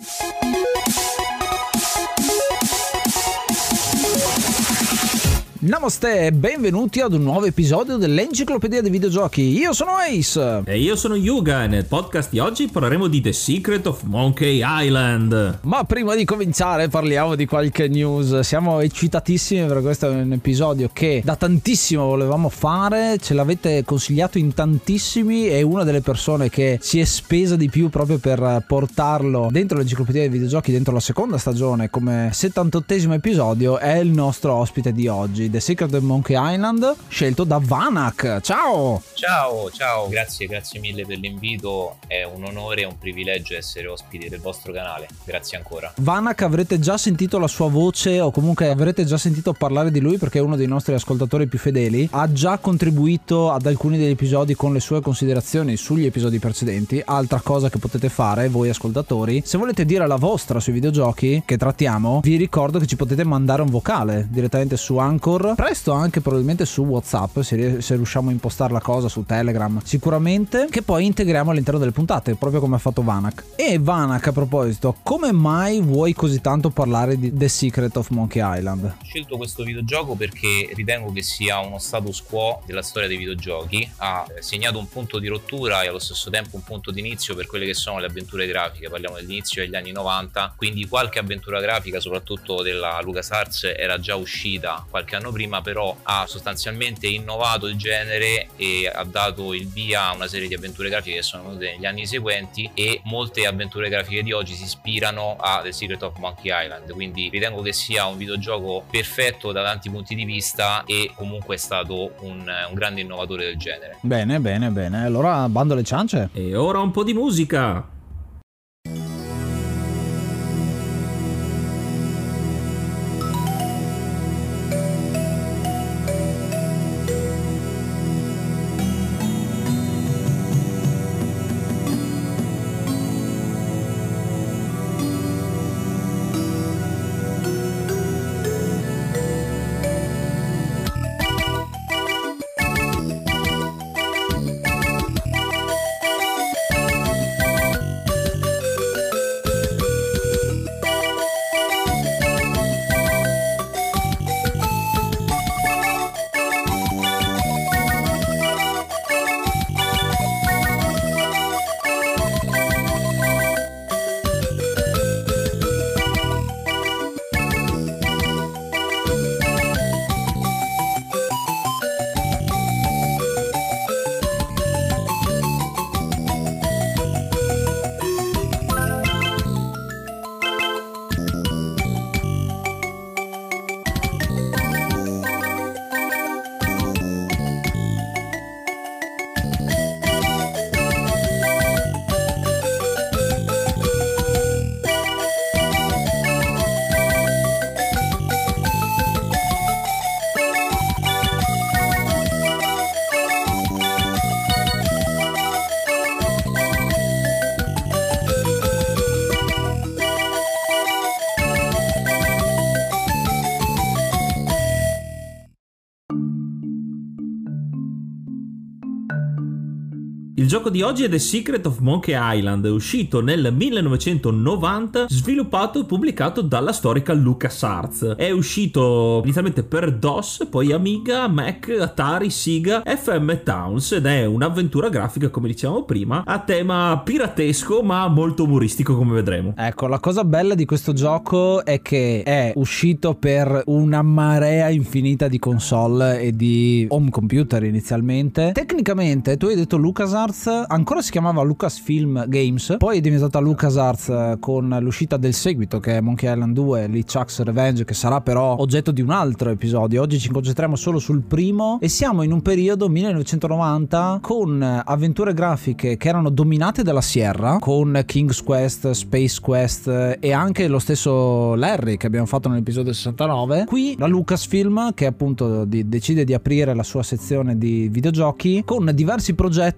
Namaste e benvenuti ad un nuovo episodio dell'Enciclopedia dei Videogiochi. Io sono Ace. E io sono Yuga e nel podcast di oggi parleremo di The Secret of Monkey Island. Ma prima di cominciare parliamo di qualche news. Siamo eccitatissimi per questo, è un episodio che da tantissimo volevamo fare. Ce l'avete consigliato in tantissimi e una delle persone che si è spesa di più proprio per portarlo dentro l'Enciclopedia dei Videogiochi, dentro la seconda stagione come 78esimo episodio, è il nostro ospite di oggi, The Secret of Monkey Island, scelto da Vanak. Ciao! Ciao, grazie mille per l'invito, è un onore e un privilegio essere ospiti del vostro canale, grazie ancora. Vanak, avrete già sentito la sua voce o comunque avrete già sentito parlare di lui perché è uno dei nostri ascoltatori più fedeli, ha già contribuito ad alcuni degli episodi con le sue considerazioni sugli episodi precedenti. Altra cosa che potete fare voi ascoltatori, se volete dire la vostra sui videogiochi che trattiamo, vi ricordo che ci potete mandare un vocale direttamente su Anchor, presto anche probabilmente su WhatsApp se riusciamo a impostare la cosa, su Telegram sicuramente, che poi integriamo all'interno delle puntate proprio come ha fatto Vanak. E Vanak, a proposito, come mai vuoi così tanto parlare di The Secret of Monkey Island? Ho scelto questo videogioco perché ritengo che sia uno status quo della storia dei videogiochi, ha segnato un punto di rottura e allo stesso tempo un punto di inizio per quelle che sono le avventure grafiche. Parliamo dell'inizio degli anni 90, quindi qualche avventura grafica soprattutto della LucasArts era già uscita qualche anno prima, però ha sostanzialmente innovato il genere e ha dato il via a una serie di avventure grafiche che sono venute negli anni seguenti, e molte avventure grafiche di oggi si ispirano a The Secret of Monkey Island, quindi ritengo che sia un videogioco perfetto da tanti punti di vista e comunque è stato un grande innovatore del genere. Bene, allora bando alle ciance. E ora un po' di musica. Il gioco di oggi è The Secret of Monkey Island, uscito nel 1990, sviluppato e pubblicato dalla storica LucasArts. È uscito inizialmente per DOS, poi Amiga, Mac, Atari, Sega, FM Towns, ed è un'avventura grafica, come dicevamo prima, a tema piratesco ma molto umoristico, come vedremo. Ecco, la cosa bella di questo gioco è che è uscito per una marea infinita di console e di home computer inizialmente. Tecnicamente, tu hai detto LucasArts, ancora si chiamava Lucasfilm Games, poi è diventata LucasArts con l'uscita del seguito che è Monkey Island 2, LeChuck's Revenge, che sarà però oggetto di un altro episodio. Oggi ci concentriamo solo sul primo e siamo in un periodo 1990 con avventure grafiche che erano dominate dalla Sierra, con King's Quest, Space Quest e anche lo stesso Larry che abbiamo fatto nell'episodio 69. Qui la Lucasfilm, che appunto decide di aprire la sua sezione di videogiochi con diversi progetti,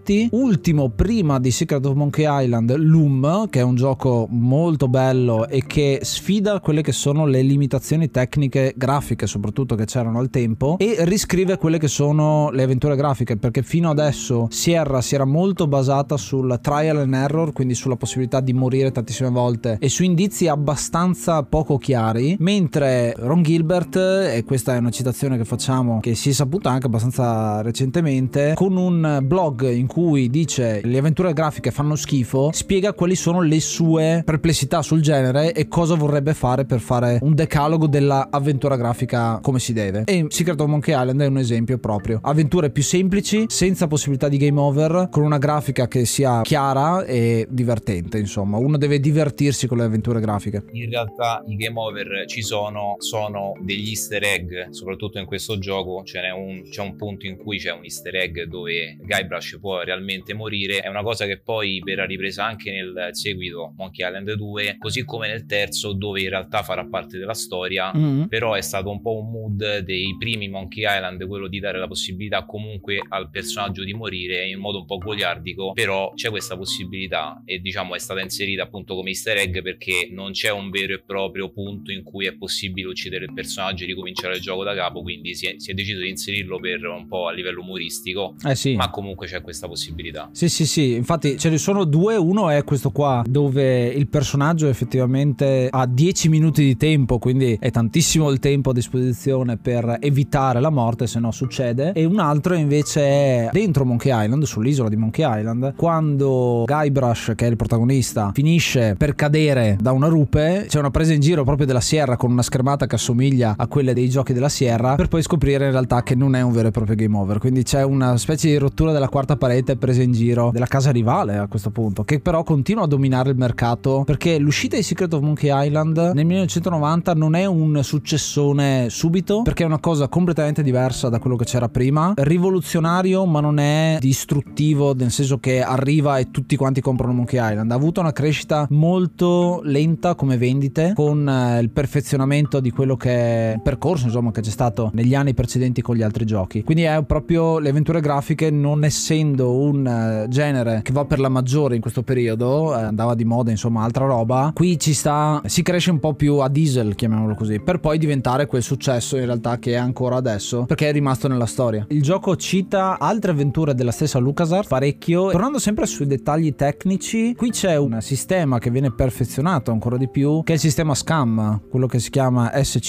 ultimo, prima di Secret of Monkey Island, Loom, che è un gioco molto bello e che sfida quelle che sono le limitazioni tecniche grafiche soprattutto che c'erano al tempo e riscrive quelle che sono le avventure grafiche, perché fino adesso Sierra si era molto basata sul trial and error, quindi sulla possibilità di morire tantissime volte e su indizi abbastanza poco chiari, mentre Ron Gilbert, e questa è una citazione che facciamo che si è saputa anche abbastanza recentemente, con un blog in cui dice le avventure grafiche fanno schifo, spiega quali sono le sue perplessità sul genere e cosa vorrebbe fare per fare un decalogo della avventura grafica come si deve. E Secret of Monkey Island è un esempio proprio: avventure più semplici, senza possibilità di game over, con una grafica che sia chiara e divertente. Insomma, uno deve divertirsi con le avventure grafiche. In realtà i game over ci sono degli easter egg, soprattutto in questo gioco c'è un punto in cui c'è un easter egg dove Guybrush può realmente morire. È una cosa che poi verrà ripresa anche nel seguito Monkey Island 2, così come nel terzo, dove in realtà farà parte della storia, però è stato un po' un mood dei primi Monkey Island, quello di dare la possibilità comunque al personaggio di morire in modo un po' goliardico, però c'è questa possibilità e diciamo è stata inserita appunto come easter egg perché non c'è un vero e proprio punto in cui è possibile uccidere il personaggio e ricominciare il gioco da capo, quindi si è deciso di inserirlo per un po' a livello umoristico, sì. Ma comunque c'è questa possibilità. Sì, infatti ce ne sono due. Uno è questo qua dove il personaggio effettivamente ha 10 minuti di tempo, quindi è tantissimo il tempo a disposizione per evitare la morte, se no succede. E un altro invece è dentro Monkey Island, sull'isola di Monkey Island, quando Guybrush, che è il protagonista, finisce per cadere da una rupe, c'è una presa in giro proprio della Sierra con una schermata che assomiglia a quelle dei giochi della Sierra, per poi scoprire in realtà che non è un vero e proprio game over, quindi c'è una specie di rottura della quarta parete, presa in giro della casa rivale a questo punto, che però continua a dominare il mercato, perché l'uscita di Secret of Monkey Island nel 1990 non è un successone subito, perché è una cosa completamente diversa da quello che c'era prima, rivoluzionario ma non è distruttivo, nel senso che arriva e tutti quanti comprano Monkey Island. Ha avuto una crescita molto lenta come vendite, con il perfezionamento di quello che è il percorso insomma che c'è stato negli anni precedenti con gli altri giochi, quindi è proprio le avventure grafiche, non essendo un genere che va per la maggiore in questo periodo, andava di moda insomma altra roba, qui si cresce un po' più a diesel, chiamiamolo così, per poi diventare quel successo in realtà che è ancora adesso, perché è rimasto nella storia. Il gioco cita altre avventure della stessa LucasArts parecchio. Tornando sempre sui dettagli tecnici, qui c'è un sistema che viene perfezionato ancora di più, che è il sistema SCUM, quello che si chiama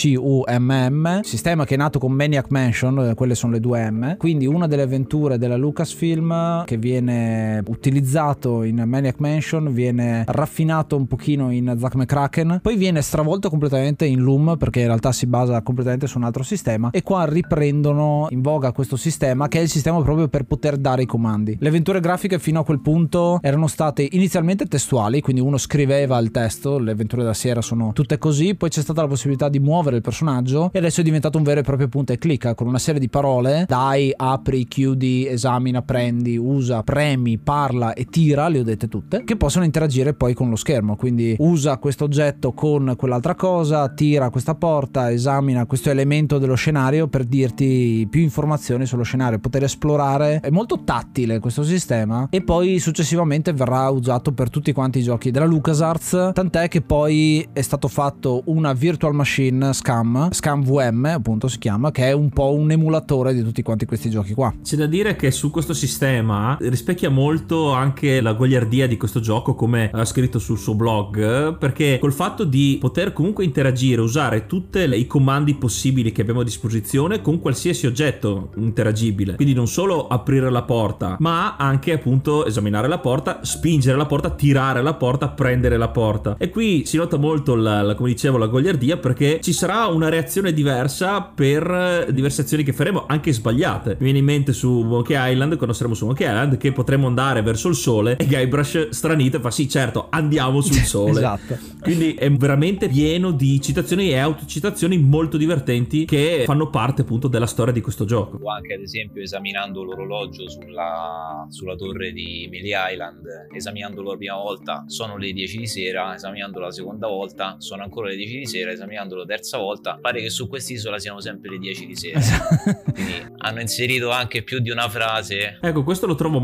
SCUMM, sistema che è nato con Maniac Mansion, quelle sono le due M, quindi una delle avventure della Lucasfilm che viene utilizzato in Maniac Mansion viene raffinato un pochino in Zack McCracken, poi viene stravolto completamente in Loom, perché in realtà si basa completamente su un altro sistema, e qua riprendono in voga questo sistema che è il sistema proprio per poter dare i comandi. Le avventure grafiche fino a quel punto erano state inizialmente testuali, quindi uno scriveva il testo, le avventure della Sierra sono tutte così, poi c'è stata la possibilità di muovere il personaggio e adesso è diventato un vero e proprio punta e clicca con una serie di parole: dai, apri, chiudi, esamina, prendi, usa, premi, parla e tira, le ho dette tutte, che possono interagire poi con lo schermo, quindi usa questo oggetto con quell'altra cosa, tira questa porta, esamina questo elemento dello scenario per dirti più informazioni sullo scenario, poter esplorare. È molto tattile questo sistema e poi successivamente verrà usato per tutti quanti i giochi della LucasArts, tant'è che poi è stato fatto una virtual machine SCUM VM appunto si chiama, che è un po' un emulatore di tutti quanti questi giochi qua. C'è da dire che su questo sistema rispecchia molto anche la goliardia di questo gioco, come ha scritto sul suo blog, perché col fatto di poter comunque interagire, usare tutti i comandi possibili che abbiamo a disposizione con qualsiasi oggetto interagibile, quindi non solo aprire la porta ma anche appunto esaminare la porta, spingere la porta, tirare la porta, prendere la porta. E qui si nota molto come dicevo la goliardia, perché ci sarà una reazione diversa per diverse azioni che faremo, anche sbagliate. Mi viene in mente su Monkey Island, quando saremo su Monkey Island, che potremo andare verso il sole e Guybrush stranito fa sì certo andiamo sul sole. Esatto. Quindi è veramente pieno di citazioni e autocitazioni molto divertenti che fanno parte appunto della storia di questo gioco. Anche ad esempio esaminando l'orologio sulla torre di Melee Island, esaminandolo la prima volta sono le 10 di sera, esaminandolo la seconda volta sono ancora le 10 di sera, esaminandolo la terza volta pare che su quest'isola siano sempre le 10 di sera. Quindi hanno inserito anche più di una frase. Ecco, questo lo trovo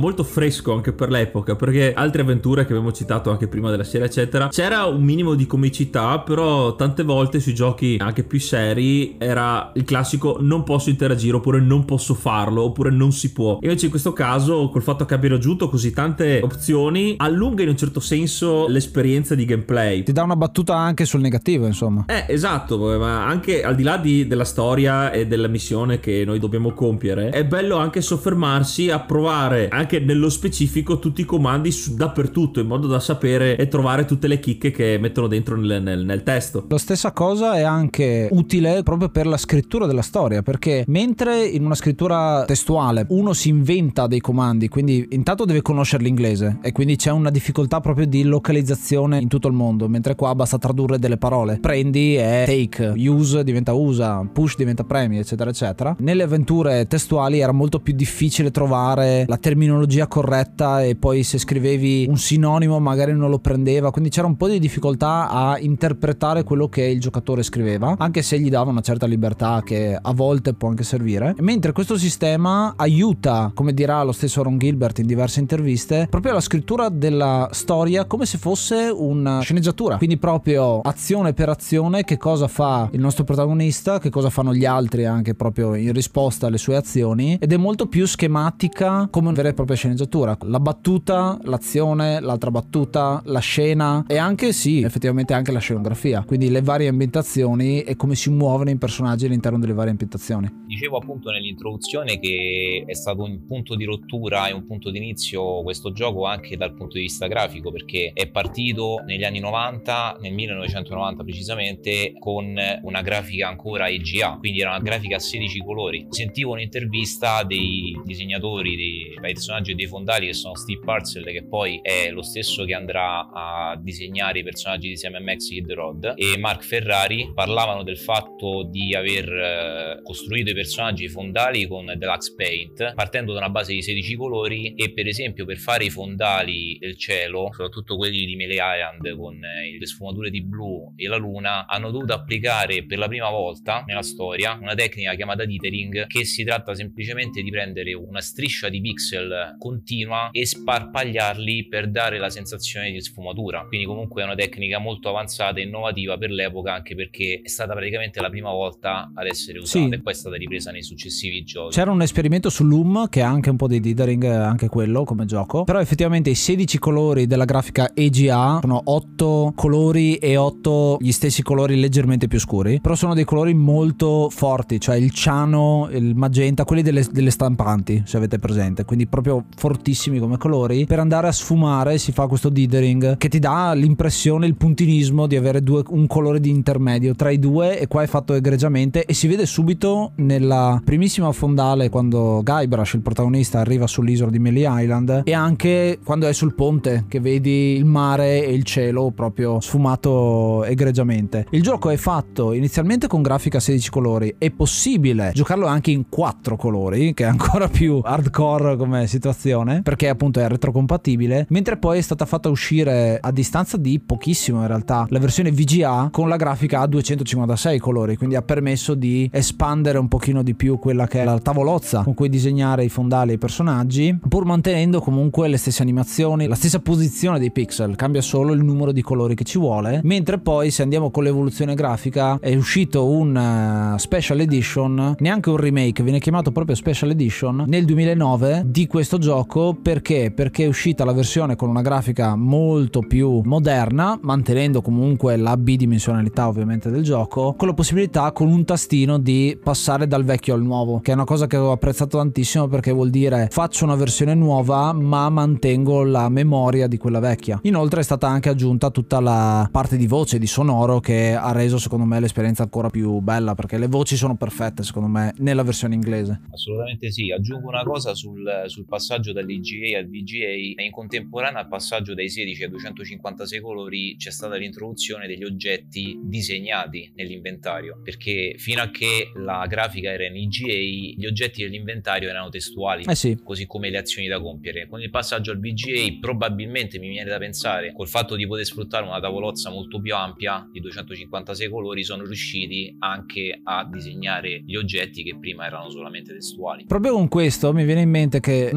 molto fresco anche per l'epoca, perché altre avventure che abbiamo citato anche prima della serie eccetera, c'era un minimo di comicità, però tante volte sui giochi anche più seri era il classico non posso interagire, oppure non posso farlo, oppure non si può. Invece in questo caso, col fatto che abbiano aggiunto così tante opzioni, allunga in un certo senso l'esperienza di gameplay, ti dà una battuta anche sul negativo, insomma. Esatto, ma anche al di là della storia e della missione che noi dobbiamo compiere, è bello anche soffermarsi a provare anche nello specifico tutti i comandi dappertutto, in modo da sapere e trovare tutte le chicche che mettono dentro nel testo. La stessa cosa è anche utile proprio per la scrittura della storia, perché mentre in una scrittura testuale uno si inventa dei comandi, quindi intanto deve conoscere l'inglese e quindi c'è una difficoltà proprio di localizzazione in tutto il mondo, mentre qua basta tradurre delle parole. Prendi è take, use diventa usa, push diventa premi, eccetera eccetera. Nelle avventure testuali era molto più difficile trovare la terminologia corretta e poi se scrivevi un sinonimo magari non lo prendeva, quindi c'era un po' di difficoltà a interpretare quello che il giocatore scriveva, anche se gli dava una certa libertà che a volte può anche servire. Mentre questo sistema aiuta, come dirà lo stesso Ron Gilbert in diverse interviste, proprio la scrittura della storia come se fosse una sceneggiatura, quindi proprio azione per azione, che cosa fa il nostro protagonista, che cosa fanno gli altri anche proprio in risposta alle sue azioni, ed è molto più schematica come una vera e propria sceneggiatura. La battuta, l'azione, l'altra battuta, la scena e anche sì, effettivamente anche la scenografia, quindi le varie ambientazioni e come si muovono i personaggi all'interno delle varie ambientazioni. Dicevo appunto nell'introduzione che è stato un punto di rottura e un punto di inizio questo gioco anche dal punto di vista grafico, perché è partito negli anni 90, nel 1990 precisamente, con una grafica ancora EGA, quindi era una grafica a 16 colori. Sentivo un'intervista dei disegnatori dei personaggi e dei fondali, che sono Steve Parcell, che poi è lo stesso che andrà a disegnare i personaggi di Sam & Max Hit Rod, e Mark Ferrari. Parlavano del fatto di aver costruito i personaggi fondali con Deluxe Paint partendo da una base di 16 colori, e per esempio per fare i fondali del cielo, soprattutto quelli di Melee Island con le sfumature di blu e la luna, hanno dovuto applicare per la prima volta nella storia una tecnica chiamata dithering, che si tratta semplicemente di prendere una striscia di pixel continua e sparpagliarli per dare la sensazione di sfumatura. Quindi comunque è una tecnica molto avanzata e innovativa per l'epoca, anche perché è stata praticamente la prima volta ad essere usata, sì, e poi è stata ripresa nei successivi giochi. C'era un esperimento su Loom che ha anche un po' di dithering, anche quello come gioco, però effettivamente i 16 colori della grafica EGA sono 8 colori e 8 gli stessi colori leggermente più scuri, però sono dei colori molto forti, cioè il ciano, il magenta, quelli delle stampanti, se avete presente, quindi proprio fortissimi come colori. Per andare a sfumare si fa questo dithering che ti dà l'impressione, il puntinismo di avere un colore di intermedio tra i due, e qua è fatto egregiamente e si vede subito nella primissima fondale quando Guybrush, il protagonista, arriva sull'isola di Melee Island, e anche quando è sul ponte che vedi il mare e il cielo proprio sfumato egregiamente. Il gioco è fatto inizialmente con grafica a 16 colori, è possibile giocarlo anche in 4 colori, che è ancora più hardcore come situazione, perché appunto è retrocompatibile, mentre poi è stata fatta uscire a distanza di pochissimo in realtà la versione VGA con la grafica a 256 colori, quindi ha permesso di espandere un pochino di più quella che è la tavolozza con cui disegnare i fondali e i personaggi, pur mantenendo comunque le stesse animazioni, la stessa posizione dei pixel, cambia solo il numero di colori che ci vuole. Mentre poi, se andiamo con l'evoluzione grafica, è uscito un special edition, neanche un remake, viene chiamato proprio special edition, nel 2009 di questo gioco. Perché? Perché è uscita la versione con una grafica molto più moderna, mantenendo comunque la bidimensionalità ovviamente del gioco, con la possibilità con un tastino di passare dal vecchio al nuovo, che è una cosa che ho apprezzato tantissimo, perché vuol dire faccio una versione nuova ma mantengo la memoria di quella vecchia. Inoltre è stata anche aggiunta tutta la parte di voce, di sonoro, che ha reso secondo me l'esperienza ancora più bella, perché le voci sono perfette secondo me nella versione inglese. Assolutamente sì. Aggiungo una cosa sul passaggio dall'EGA al VGA: in contemporanea al passaggio dai 16 ai 256 colori c'è stata l'introduzione degli oggetti disegnati nell'inventario, perché fino a che la grafica era in EGA gli oggetti dell'inventario erano testuali, sì, così come le azioni da compiere. Con il passaggio al VGA probabilmente, mi viene da pensare, col fatto di poter sfruttare una tavolozza molto più ampia di 256 colori, sono riusciti anche a disegnare gli oggetti che prima erano solamente testuali. Proprio con questo mi viene in mente che noi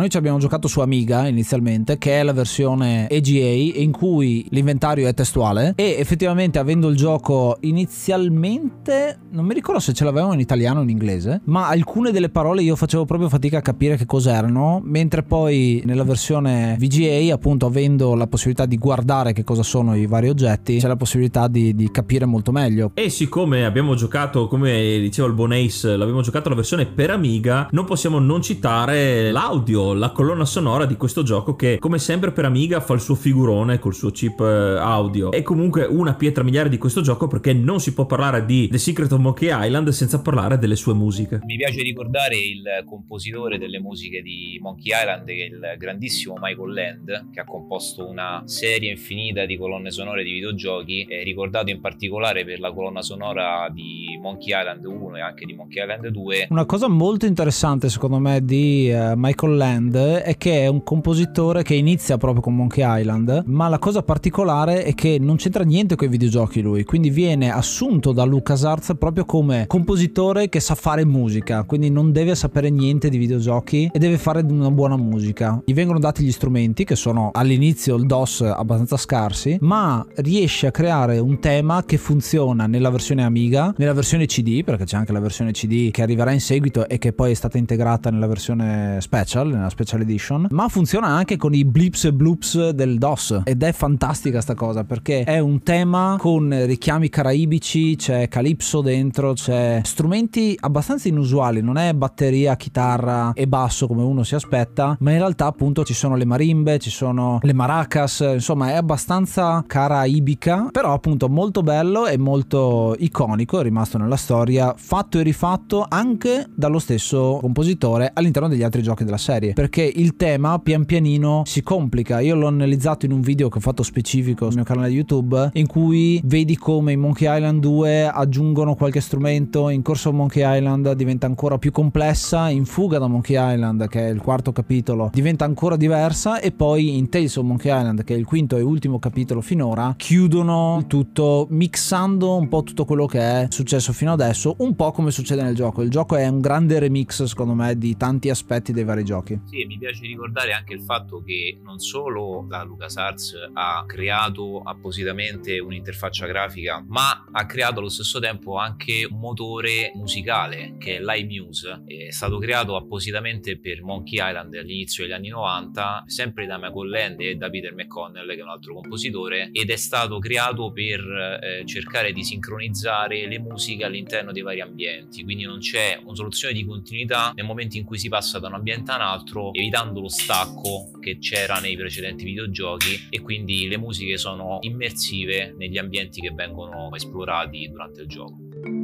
noi ci abbiamo giocato su Amiga inizialmente, che è la versione EGA, in cui l'inventario è testuale, e effettivamente avendo il gioco inizialmente, non mi ricordo se ce l'avevamo in italiano o in inglese, ma alcune delle parole io facevo proprio fatica a capire che cos'erano, mentre poi nella versione VGA, appunto, avendo la possibilità di guardare che cosa sono i vari oggetti, c'è la possibilità di capire molto meglio. E siccome abbiamo giocato, come diceva il buon Ace, l'abbiamo giocato la versione per Amiga, non possiamo non citare l'audio, la colonna sonora di questo gioco, che come sempre per Amiga fa il suo figurone col suo chip audio. È comunque una pietra miliare di questo gioco, perché non si può parlare di The Secret of Monkey Island senza parlare delle sue musiche. Mi piace ricordare il compositore delle musiche di Monkey Island, che è il grandissimo Michael Land, che ha composto una serie infinita di colonne sonore di videogiochi, ricordato in particolare per la colonna sonora di Monkey Island 1 e anche di Monkey Island 2. Una cosa molto interessante secondo me di Michael Land è che è un compositore che inizia proprio con Monkey Island, ma la cosa particolare è che non c'entra niente con i videogiochi lui, quindi viene assunto da LucasArts proprio come compositore che sa fare musica, quindi non deve sapere niente di videogiochi e deve fare una buona musica. Gli vengono dati gli strumenti, che sono all'inizio il DOS abbastanza scarsi, ma riesce a creare un tema che funziona nella versione Amiga, nella versione CD, perché c'è anche la versione CD che arriverà in seguito e che poi è stata integrata nella versione special, nella special edition, ma funziona anche con i blips e bloops del DOS, ed è fantastica sta cosa, perché è un tema con richiami caraibici, c'è calypso dentro, c'è strumenti abbastanza inusuali, non è batteria, chitarra e basso come uno si aspetta, ma in realtà appunto ci sono le marimbe, ci sono le maracas, insomma è abbastanza caraibica, però appunto molto bello e molto iconico, è rimasto nella storia, fatto e rifatto anche dallo stesso compositore all'interno degli altri giochi della serie, perché il tema pian pianino si complica. Io l'ho analizzato in un video che ho fatto specifico sul mio canale YouTube, in cui vedi come in Monkey Island 2 aggiungono qualche strumento, in Curse of Monkey Island diventa ancora più complessa, in Fuga da Monkey Island, che è il quarto capitolo, diventa ancora diversa, e poi in Tales of Monkey Island, che è il quinto e ultimo capitolo finora, chiudono il tutto mixando un po' tutto quello che è successo fino adesso, un po' come succede nel gioco. Il gioco è un grande remix secondo me di tanti aspetti dei vari giochi. Sì, e mi piace ricordare anche il fatto che non solo la LucasArts ha creato appositamente un'interfaccia grafica, ma ha creato allo stesso tempo anche un motore musicale che è l'iMuse, è stato creato appositamente per Monkey Island all'inizio degli anni 90, sempre da Michael Land e da Peter McConnell, che è un altro compositore, ed è stato creato per cercare di sincronizzare le musiche all'interno dei vari ambienti, quindi non c'è una soluzione di continuità nel momento in cui si passa da un ambiente a un altro, evitando lo stacco che c'era nei precedenti videogiochi, e quindi le musiche sono immersive negli ambienti che vengono esplorati durante il gioco.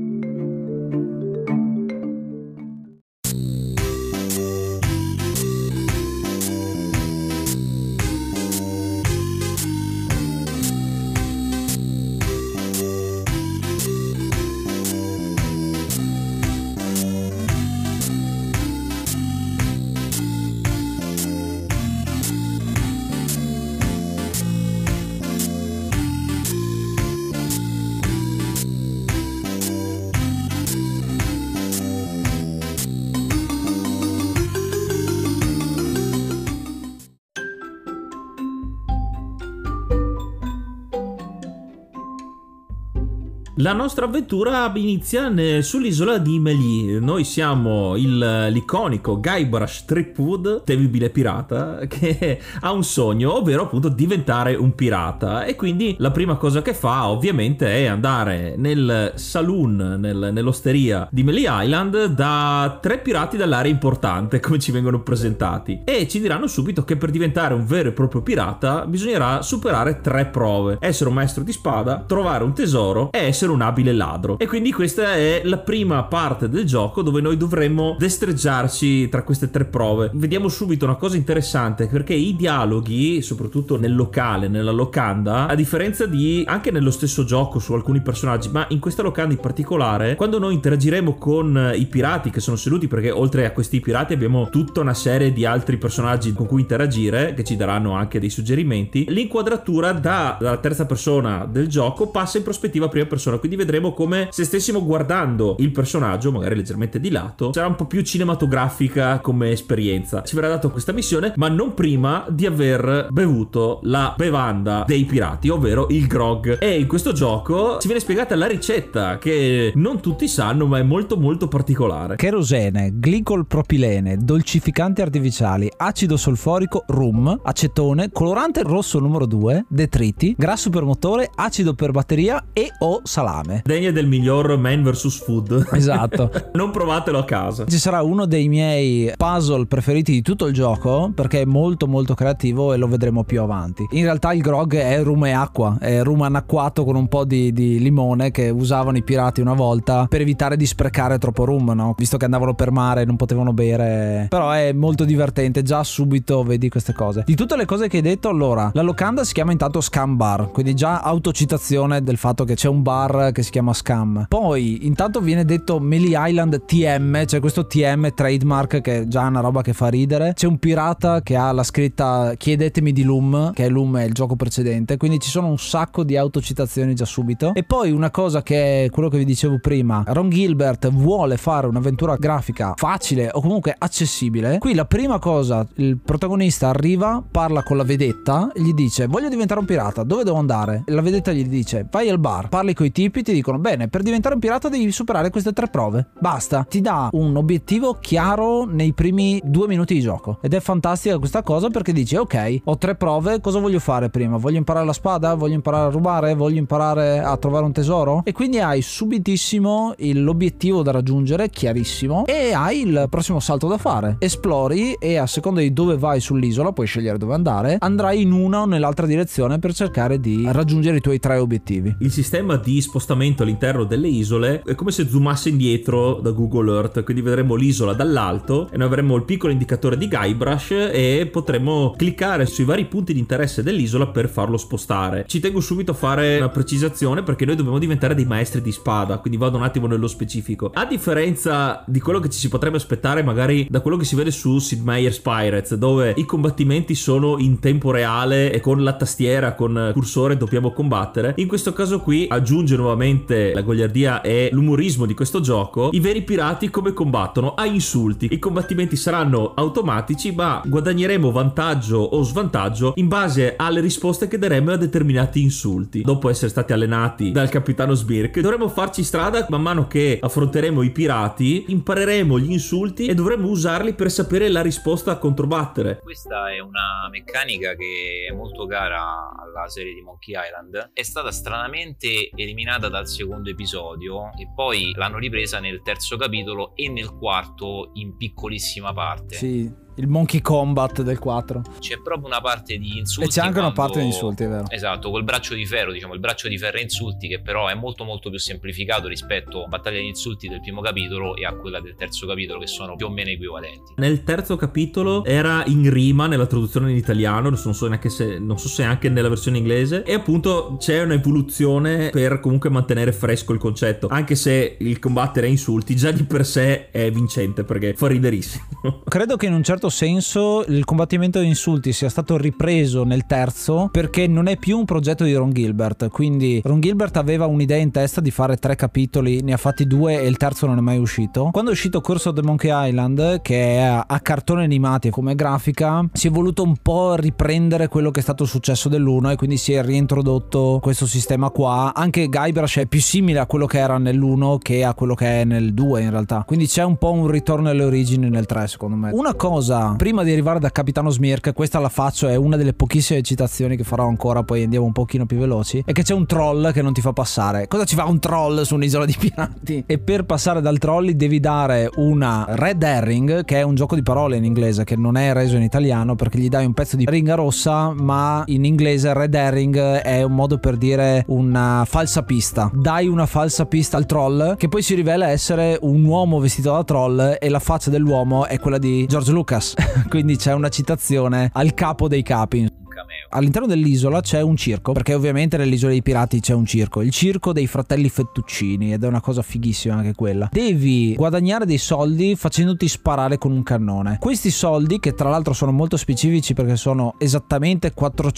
La nostra avventura inizia sull'isola di Melee. Noi siamo l'iconico Guybrush Threepwood, temibile pirata, che ha un sogno, ovvero appunto diventare un pirata. E quindi la prima cosa che fa ovviamente è andare nel saloon, nell'osteria di Melee Island, da tre pirati dall'area importante, come ci vengono presentati, e ci diranno subito che per diventare un vero e proprio pirata bisognerà superare tre prove: essere un maestro di spada, trovare un tesoro e essere un abile ladro. E quindi questa è la prima parte del gioco, dove noi dovremmo destreggiarci tra queste tre prove. Vediamo subito una cosa interessante, perché i dialoghi, soprattutto nel locale, nella locanda, a differenza di anche nello stesso gioco su alcuni personaggi, ma in questa locanda in particolare, quando noi interagiremo con i pirati che sono seduti, perché oltre a questi pirati abbiamo tutta una serie di altri personaggi con cui interagire, che ci daranno anche dei suggerimenti, l'inquadratura dalla terza persona del gioco passa in prospettiva prima persona persona, quindi vedremo come se stessimo guardando il personaggio, magari leggermente di lato. Sarà un po' più cinematografica come esperienza. Ci verrà dato questa missione, ma non prima di aver bevuto la bevanda dei pirati, ovvero il grog. E in questo gioco ci viene spiegata la ricetta che non tutti sanno, ma è molto molto particolare. Kerosene, glicol propilene, dolcificanti artificiali, acido solforico, rum, acetone, colorante rosso numero 2, detriti, grasso per motore, acido per batteria e o salame. Degna del miglior Man vs Food. Esatto. Non provatelo a casa. Ci sarà uno dei miei puzzle preferiti di tutto il gioco, perché è molto molto creativo e lo vedremo più avanti. In realtà il grog è rum e acqua, è rum annacquato con un po' di limone che usavano i pirati una volta per evitare di sprecare troppo rum, no? Visto che andavano per mare e non potevano bere. Però è molto divertente, già subito vedi queste cose. Di tutte le cose che hai detto, allora, la locanda si chiama intanto Scam Bar, quindi già autocitazione del fatto che c'è un bar che si chiama Scam. Poi intanto viene detto Melee Island TM, cioè questo TM trademark che è già una roba che fa ridere. C'è un pirata che ha la scritta chiedetemi di Loom, che Loom è il gioco precedente, quindi ci sono un sacco di autocitazioni già subito. E poi una cosa che è quello che vi dicevo prima, Ron Gilbert vuole fare un'avventura grafica facile o comunque accessibile. Qui la prima cosa, il protagonista arriva, parla con la vedetta, gli dice voglio diventare un pirata, dove devo andare? La vedetta gli dice vai al bar, parli coi tipi, ti dicono bene, per diventare un pirata devi superare queste 3 prove, basta. Ti dà un obiettivo chiaro nei primi 2 minuti di gioco ed è fantastica questa cosa, perché dici ok, ho 3 prove, cosa voglio fare prima? Voglio imparare la spada? Voglio imparare a rubare? Voglio imparare a trovare un tesoro? E quindi hai subitissimo l'obiettivo da raggiungere, chiarissimo, e hai il prossimo salto da fare. Esplori e a seconda di dove vai sull'isola puoi scegliere dove andare, andrai in una o nell'altra direzione per cercare di raggiungere i tuoi 3 obiettivi. Il sistema di spostamento all'interno delle isole è come se zoomasse indietro da Google Earth, quindi vedremo l'isola dall'alto e noi avremo il piccolo indicatore di Guybrush e potremo cliccare sui vari punti di interesse dell'isola per farlo spostare. Ci tengo subito a fare una precisazione, perché noi dobbiamo diventare dei maestri di spada, quindi vado un attimo nello specifico. A differenza di quello che ci si potrebbe aspettare magari da quello che si vede su Sid Meier's Pirates, dove i combattimenti sono in tempo reale e con la tastiera, con cursore dobbiamo combattere, in questo caso qui aggiunge nuovamente la goliardia e l'umorismo di questo gioco. I veri pirati come combattono? A insulti. I combattimenti saranno automatici, ma guadagneremo vantaggio o svantaggio in base alle risposte che daremo a determinati insulti. Dopo essere stati allenati dal capitano Smirk, dovremo farci strada man mano che affronteremo i pirati, impareremo gli insulti e dovremo usarli per sapere la risposta a controbattere. Questa è una meccanica che è molto cara alla serie di Monkey Island, è stata stranamente eliminata dal secondo episodio e poi l'hanno ripresa nel terzo capitolo e nel quarto in piccolissima parte. Sì, il Monkey Combat del 4. C'è proprio una parte di insulti. E c'è anche una parte di insulti, è vero. Esatto, col braccio di ferro, diciamo il braccio di ferro e insulti, che però è molto molto più semplificato rispetto a Battaglia di insulti del primo capitolo e a quella del terzo capitolo, che sono più o meno equivalenti. Nel terzo capitolo era in rima nella traduzione in italiano, non so neanche se, non so se anche nella versione inglese, e appunto c'è un'evoluzione per comunque mantenere fresco il concetto, anche se il combattere a insulti già di per sé è vincente perché fa riderissimo. Credo che in un certo senso il combattimento di insulti sia stato ripreso nel terzo, perché non è più un progetto di Ron Gilbert. Quindi Ron Gilbert aveva un'idea in testa di fare 3 capitoli, ne ha fatti 2 e il terzo non è mai uscito. Quando è uscito Curse of the Monkey Island, che è a cartoni animati come grafica, si è voluto un po' riprendere quello che è stato il successo dell'1 e quindi si è riintrodotto questo sistema qua. Anche Guybrush è più simile a quello che era nell'1 che a quello che è nel 2 in realtà, quindi c'è un po' un ritorno alle origini nel 3 secondo me. Una cosa, prima di arrivare da Capitano Smirk, questa la faccio, è una delle pochissime citazioni che farò ancora, poi andiamo un pochino più veloci, è che c'è un troll che non ti fa passare. Cosa ci fa un troll su un'isola di pirati? E per passare dal troll devi dare una red herring, che è un gioco di parole in inglese che non è reso in italiano, perché gli dai un pezzo di ringa rossa, ma in inglese red herring è un modo per dire una falsa pista. Dai una falsa pista al troll, che poi si rivela essere un uomo vestito da troll e la faccia dell'uomo è quella di George Lucas. Quindi c'è una citazione al capo dei capi. Un cameo. All'interno dell'isola c'è un circo, perché ovviamente nell'isola dei pirati c'è un circo, il circo dei fratelli Fettuccini, ed è una cosa fighissima anche quella. Devi guadagnare dei soldi facendoti sparare con un cannone. Questi soldi, che tra l'altro sono molto specifici perché sono esattamente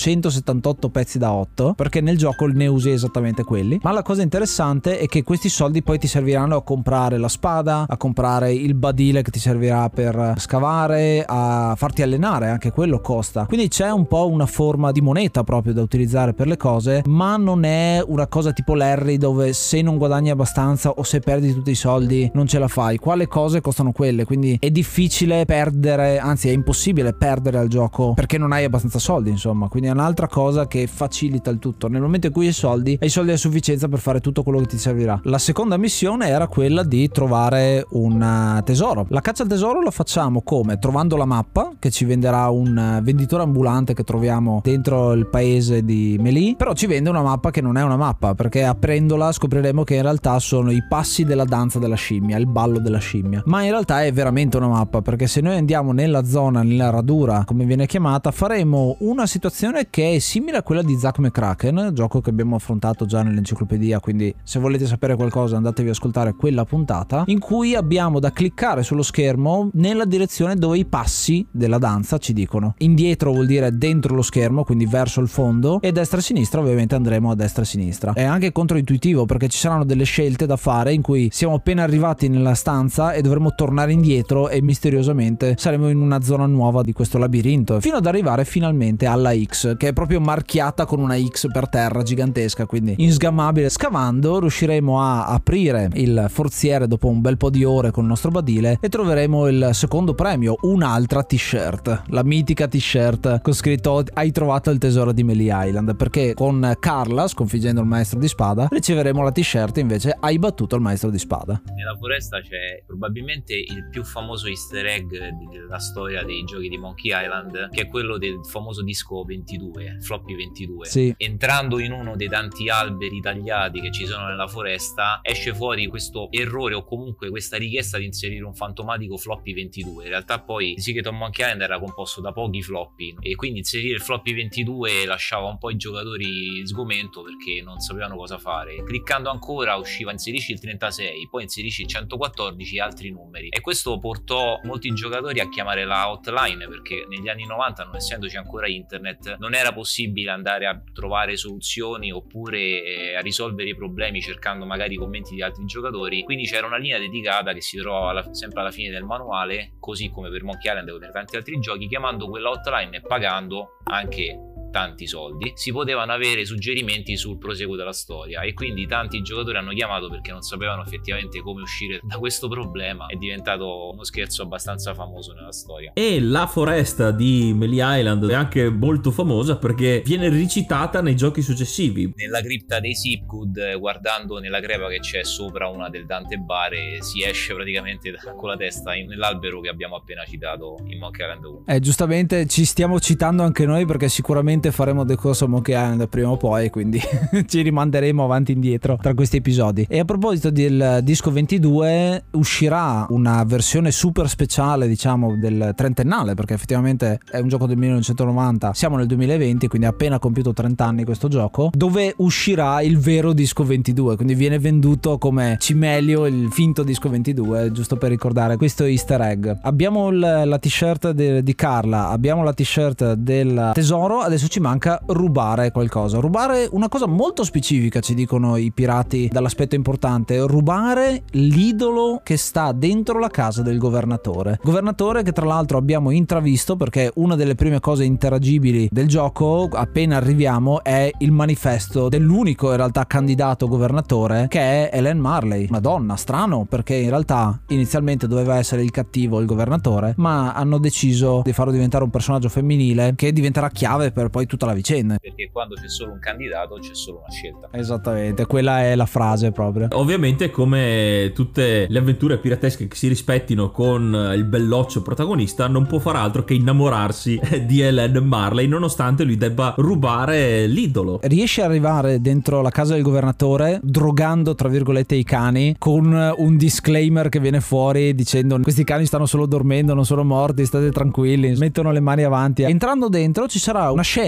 478 pezzi da 8, perché nel gioco ne usi esattamente quelli, ma la cosa interessante è che questi soldi poi ti serviranno a comprare la spada, a comprare il badile che ti servirà per scavare, a farti allenare, anche quello costa. Quindi c'è un po' una forma di moneta proprio da utilizzare per le cose, ma non è una cosa tipo Larry dove se non guadagni abbastanza o se perdi tutti i soldi non ce la fai. Qua le cose costano quelle, quindi è difficile perdere, anzi è impossibile perdere al gioco perché non hai abbastanza soldi, insomma. Quindi è un'altra cosa che facilita il tutto. Nel momento in cui hai soldi a sufficienza per fare tutto quello che ti servirà. La seconda missione era quella di trovare un tesoro. La caccia al tesoro la facciamo come? Trovando la mappa che ci venderà un venditore ambulante che troviamo dentro il paese di Melee, però ci vende una mappa che non è una mappa, perché aprendola scopriremo che in realtà sono i passi della danza della scimmia, il ballo della scimmia. Ma in realtà è veramente una mappa, perché se noi andiamo nella zona, nella radura come viene chiamata, faremo una situazione che è simile a quella di Zack McCracken, gioco che abbiamo affrontato già nell'enciclopedia, quindi se volete sapere qualcosa andatevi a ascoltare quella puntata, in cui abbiamo da cliccare sullo schermo nella direzione dove i passi della danza ci dicono. Indietro vuol dire dentro lo schermo, quindi verso il fondo, e destra e sinistra ovviamente andremo a destra e sinistra. È anche controintuitivo perché ci saranno delle scelte da fare in cui siamo appena arrivati nella stanza e dovremo tornare indietro e misteriosamente saremo in una zona nuova di questo labirinto, fino ad arrivare finalmente alla X, che è proprio marchiata con una X per terra gigantesca, quindi insgammabile. Scavando riusciremo a aprire il forziere dopo un bel po' di ore con il nostro badile e troveremo il secondo premio, un'altra t-shirt, la mitica t-shirt con scritto hai trovato il tesoro di Melee Island, perché con Carla, sconfiggendo il maestro di spada, riceveremo la t-shirt invece hai battuto il maestro di spada. Nella foresta c'è probabilmente il più famoso easter egg della storia dei giochi di Monkey Island, che è quello del famoso disco 22, floppy 22. Sì. Entrando in uno dei tanti alberi tagliati che ci sono nella foresta, esce fuori questo errore o comunque questa richiesta di inserire un fantomatico floppy 22. In realtà poi il Secret of Monkey Island era composto da pochi floppy e quindi inserire il floppy 22 lasciava un po' i giocatori sgomento perché non sapevano cosa fare. Cliccando ancora usciva inserisci il 36, poi inserisci il 114 e altri numeri, e questo portò molti giocatori a chiamare la hotline, perché negli anni 90, non essendoci ancora internet, non era possibile andare a trovare soluzioni oppure a risolvere i problemi cercando magari i commenti di altri giocatori. Quindi c'era una linea dedicata che si trovava sempre alla fine del manuale, così come per Monkey Island e per tanti altri giochi. Chiamando quella hotline e pagando anche tanti soldi si potevano avere suggerimenti sul proseguo della storia, e quindi tanti giocatori hanno chiamato perché non sapevano effettivamente come uscire da questo problema. È diventato uno scherzo abbastanza famoso nella storia. E la foresta di Melee Island è anche molto famosa perché viene recitata nei giochi successivi. Nella cripta dei Sipkud, guardando nella crepa che c'è sopra una del Dante Bare, si esce praticamente con la testa nell'albero che abbiamo appena citato in Monkey Island 1. Giustamente ci stiamo citando anche noi perché sicuramente faremo decorso Monkey Island prima o poi, quindi ci rimanderemo avanti e indietro tra questi episodi. E a proposito del disco 22, uscirà una versione super speciale, diciamo, del trentennale, perché effettivamente è un gioco del 1990, siamo nel 2020, quindi ha appena compiuto 30 anni questo gioco, dove uscirà il vero disco 22, quindi viene venduto come cimelio il finto disco 22, giusto per ricordare questo easter egg. Abbiamo la t-shirt di Carla, abbiamo la t-shirt del tesoro, adesso ci manca rubare qualcosa, rubare una cosa molto specifica, ci dicono i pirati dall'aspetto importante, rubare l'idolo che sta dentro la casa del governatore che tra l'altro abbiamo intravisto, perché una delle prime cose interagibili del gioco appena arriviamo è il manifesto dell'unico in realtà candidato governatore, che è Ellen Marley, una donna. Strano, perché in realtà inizialmente doveva essere il cattivo il governatore, ma hanno deciso di farlo diventare un personaggio femminile che diventerà chiave per poi tutta la vicenda, perché quando c'è solo un candidato c'è solo una scelta. Esattamente, quella è la frase proprio. Ovviamente, come tutte le avventure piratesche che si rispettino con il belloccio protagonista, non può far altro che innamorarsi di Ellen Marley nonostante lui debba rubare l'idolo. Riesce ad arrivare dentro la casa del governatore drogando tra virgolette i cani, con un disclaimer che viene fuori dicendo questi cani stanno solo dormendo, non sono morti, state tranquilli, mettono le mani avanti. Entrando dentro ci sarà una scena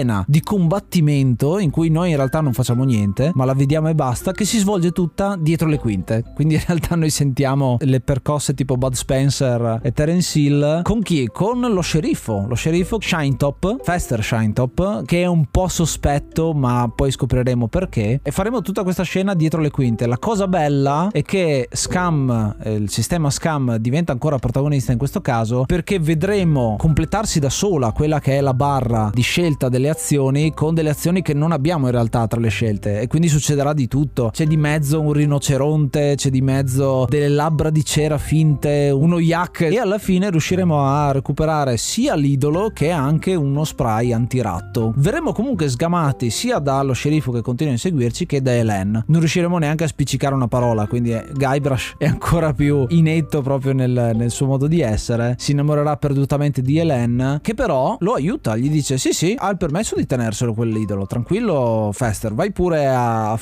scena di combattimento in cui noi in realtà non facciamo niente, ma la vediamo e basta, che si svolge tutta dietro le quinte. Quindi in realtà noi sentiamo le percosse tipo Bud Spencer e Terence Hill. Con chi? Con lo sceriffo Shinetop, Fester Shinetop, che è un po' sospetto, ma poi scopriremo perché, e faremo tutta questa scena dietro le quinte. La cosa bella è che Scum, il sistema Scum, diventa ancora protagonista in questo caso, perché vedremo completarsi da sola quella che è la barra di scelta delle azioni, con delle azioni che non abbiamo in realtà tra le scelte, e quindi succederà di tutto. C'è di mezzo un rinoceronte, c'è di mezzo delle labbra di cera finte, uno yak, e alla fine riusciremo a recuperare sia l'idolo che anche uno spray antiratto. Verremo comunque sgamati sia dallo sceriffo che continua a inseguirci che da Hélène. Non riusciremo neanche a spiccicare una parola, quindi Guybrush è ancora più inetto proprio nel suo modo di essere. Si innamorerà perdutamente di Hélène, che però lo aiuta, gli dice sì, ha il permesso di tenerselo quell'idolo, tranquillo Fester, vai pure a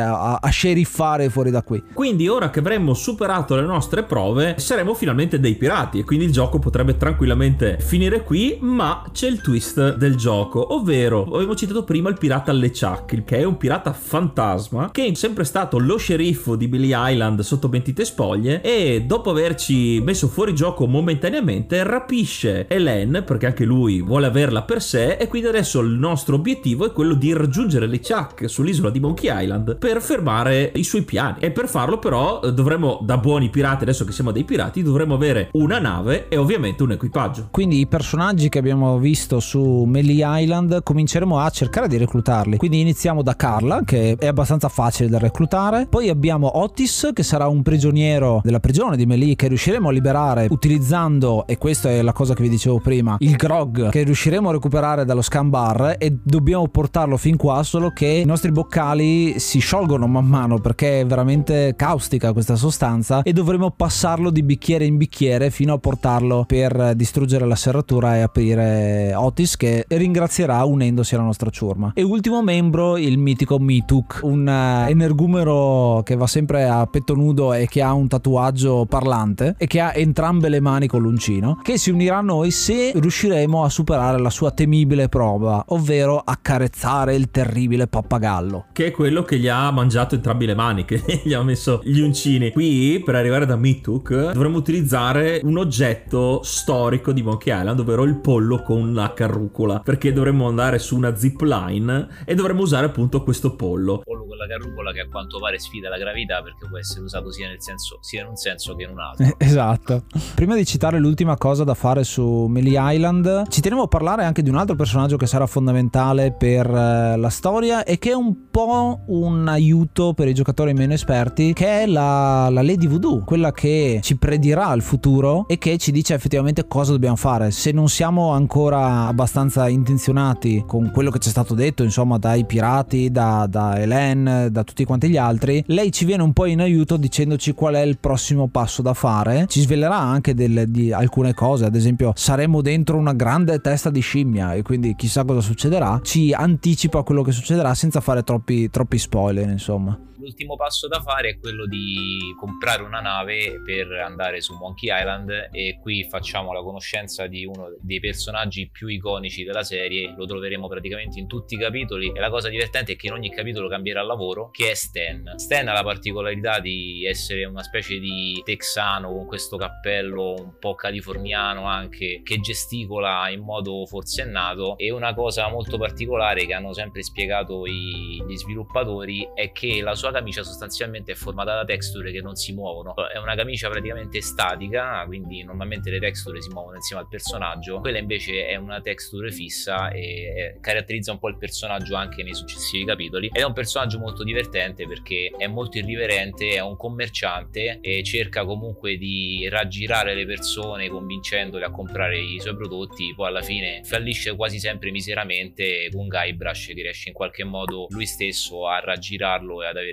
sceriffare fuori da qui. Quindi ora che avremo superato le nostre prove saremo finalmente dei pirati, e quindi il gioco potrebbe tranquillamente finire qui. Ma c'è il twist del gioco, ovvero avevo citato prima il pirata LeChuck, che è un pirata fantasma che è sempre stato lo sceriffo di Billy Island sotto mentite spoglie, e dopo averci messo fuori gioco momentaneamente rapisce Hélène perché anche lui vuole averla per sé, e quindi adesso il nostro obiettivo è quello di raggiungere LeChuck sull'isola di Monkey Island per fermare i suoi piani. E per farlo però dovremo, da buoni pirati, adesso che siamo dei pirati, dovremo avere una nave e ovviamente un equipaggio. Quindi i personaggi che abbiamo visto su Melee Island cominceremo a cercare di reclutarli. Quindi iniziamo da Carla, che è abbastanza facile da reclutare. Poi abbiamo Otis, che sarà un prigioniero della prigione di Melee, che riusciremo a liberare utilizzando, e questa è la cosa che vi dicevo prima, il grog che riusciremo a recuperare dallo Scum Bar, e dobbiamo portarlo fin qua, solo che i nostri boccali si sciolgono man mano perché è veramente caustica questa sostanza, e dovremo passarlo di bicchiere in bicchiere fino a portarlo per distruggere la serratura e aprire Otis, che ringrazierà unendosi alla nostra ciurma. E ultimo membro, il mitico Mituk, un energumero che va sempre a petto nudo e che ha un tatuaggio parlante e che ha entrambe le mani con l'uncino, che si unirà a noi se riusciremo a superare la sua temibile prova, ovvero accarezzare il terribile pappagallo, che è quello che gli ha mangiato entrambi le mani, che gli ha messo gli uncini. Qui, per arrivare da Mituk, dovremmo utilizzare un oggetto storico di Monkey Island, ovvero il pollo con la carrucola, perché dovremmo andare su una zipline e dovremmo usare appunto questo pollo. Pollo con la carrucola, che a quanto pare sfida la gravità, perché può essere usato sia in un senso che in un altro. Esatto. Prima di citare l'ultima cosa da fare su Melee Island, ci tenevo a parlare anche di un altro personaggio che sarà fondamentale per la storia e che è un po' un aiuto per i giocatori meno esperti, che è la Lady Voodoo, quella che ci predirà il futuro e che ci dice effettivamente cosa dobbiamo fare. Se non siamo ancora abbastanza intenzionati con quello che ci è stato detto, insomma, dai pirati, da Hélène, da tutti quanti gli altri, lei ci viene un po' in aiuto dicendoci qual è il prossimo passo da fare. Ci svelerà anche di alcune cose, ad esempio saremo dentro una grande testa di scimmia e quindi chissà cosa succederà. Ci anticipa quello che succederà senza fare troppi spoiler, insomma. L'ultimo passo da fare è quello di comprare una nave per andare su Monkey Island, e qui facciamo la conoscenza di uno dei personaggi più iconici della serie. Lo troveremo praticamente in tutti i capitoli, e la cosa divertente è che in ogni capitolo cambierà lavoro, che è Stan. Stan ha la particolarità di essere una specie di texano con questo cappello un po' californiano anche, che gesticola in modo forsennato, e una cosa molto particolare che hanno sempre spiegato gli sviluppatori è che la sua camicia sostanzialmente è formata da texture che non si muovono. È una camicia praticamente statica, quindi normalmente le texture si muovono insieme al personaggio, quella invece è una texture fissa e caratterizza un po' il personaggio anche nei successivi capitoli. Ed è un personaggio molto divertente perché è molto irriverente, è un commerciante e cerca comunque di raggirare le persone convincendole a comprare i suoi prodotti. Poi alla fine fallisce quasi sempre miseramente con Guybrush, che riesce in qualche modo lui stesso a raggirarlo e ad avere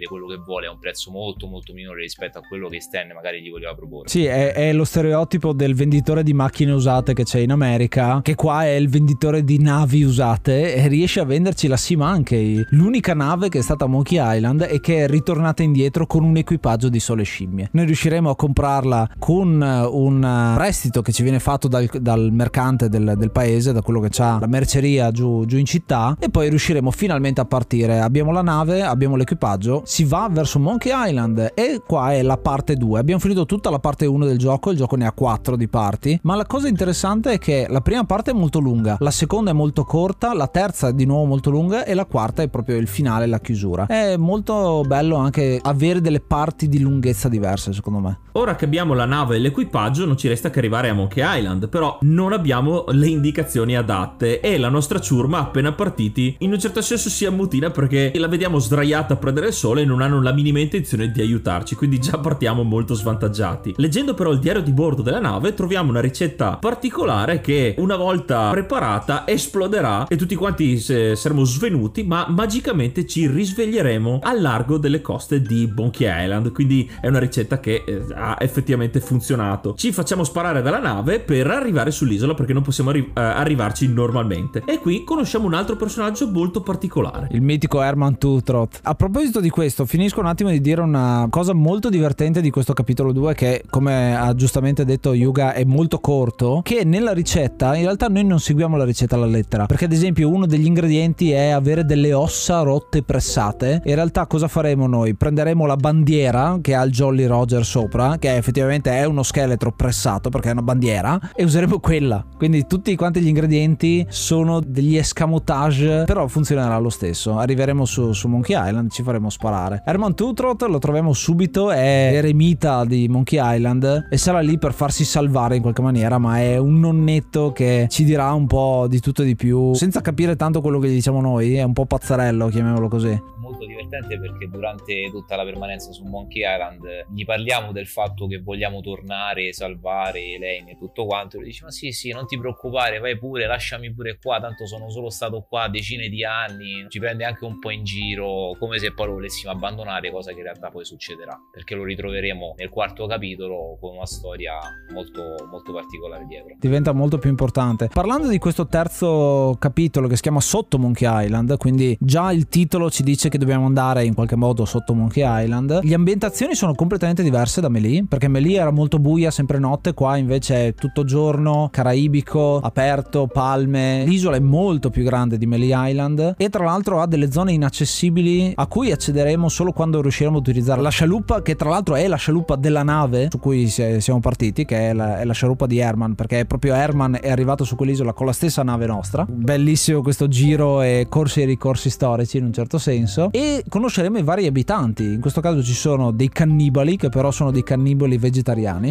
quello che vuole a un prezzo molto molto minore rispetto a quello che Stan magari gli voleva proporre. Sì, è lo stereotipo del venditore di macchine usate che c'è in America, che qua è il venditore di navi usate e riesce a venderci la Sea-Monkey, l'unica nave che è stata a Monkey Island e che è ritornata indietro con un equipaggio di sole scimmie. Noi riusciremo a comprarla con un prestito che ci viene fatto dal mercante del paese, da quello che c'ha la merceria giù in città, e poi riusciremo finalmente a partire. Abbiamo la nave, abbiamo l'equipaggio, si va verso Monkey Island e qua è la parte 2. Abbiamo finito tutta la parte 1 del gioco, il gioco ne ha 4 di parti, ma la cosa interessante è che la prima parte è molto lunga, la seconda è molto corta, la terza è di nuovo molto lunga e la quarta è proprio il finale, la chiusura. È molto bello anche avere delle parti di lunghezza diverse, secondo me. Ora che abbiamo la nave e l'equipaggio non ci resta che arrivare a Monkey Island, però non abbiamo le indicazioni adatte e la nostra ciurma appena partiti in un certo senso si ammutina perché la vediamo sdraiata a prendere il sole e non hanno la minima intenzione di aiutarci, quindi già partiamo molto svantaggiati. Leggendo però il diario di bordo della nave troviamo una ricetta particolare che una volta preparata esploderà e tutti quanti saremo svenuti, ma magicamente ci risveglieremo al largo delle coste di Monkey Island, quindi è una ricetta che ha effettivamente funzionato. Ci facciamo sparare dalla nave per arrivare sull'isola perché non possiamo arrivarci normalmente, e qui conosciamo un altro personaggio molto particolare, il mitico Herman Toothrot. A proposito di questo, finisco un attimo di dire una cosa molto divertente di questo capitolo 2 che, come ha giustamente detto Yuga, è molto corto, che nella ricetta in realtà noi non seguiamo la ricetta alla lettera, perché ad esempio uno degli ingredienti è avere delle ossa rotte pressate. In realtà cosa faremo noi? Prenderemo la bandiera che ha il Jolly Roger sopra, che effettivamente è uno scheletro pressato perché è una bandiera, e useremo quella. Quindi tutti quanti gli ingredienti sono degli escamotage, però funzionerà lo stesso. Arriveremo su Monkey Island, ci faremo sparare. Herman Toothrot lo troviamo subito, è eremita di Monkey Island e sarà lì per farsi salvare in qualche maniera, ma è un nonnetto che ci dirà un po' di tutto e di più senza capire tanto quello che gli diciamo noi. È un po' pazzarello, chiamiamolo così. Molto divertente perché durante tutta la permanenza su Monkey Island gli parliamo del fatto che vogliamo tornare, salvare Elaine e tutto quanto, e lui dice: ma sì, non ti preoccupare, vai pure, lasciami pure qua, tanto sono solo stato qua decine di anni. Ci prende anche un po' in giro, come se poi lo volessimo abbandonare, cosa che in realtà poi succederà, perché lo ritroveremo nel 4º capitolo con una storia molto molto particolare dietro. Diventa molto più importante. Parlando di questo terzo capitolo che si chiama Sotto Monkey Island, quindi già il titolo ci dice che dobbiamo andare in qualche modo sotto Monkey Island. Le ambientazioni sono completamente diverse da Melee, perché Melee era molto buia, sempre notte, qua invece è tutto giorno, caraibico, aperto, palme. L'isola è molto più grande di Melee Island e tra l'altro ha delle zone inaccessibili a cui accederemo solo quando riusciremo ad utilizzare la scialuppa, che tra l'altro è la scialuppa della nave su cui siamo partiti, che è la scialuppa di Herman, perché proprio Herman è arrivato su quell'isola con la stessa nave nostra. Bellissimo questo giro e corsi e ricorsi storici in un certo senso. E conosceremo i vari abitanti. In questo caso ci sono dei cannibali, che però sono dei cannibali vegetariani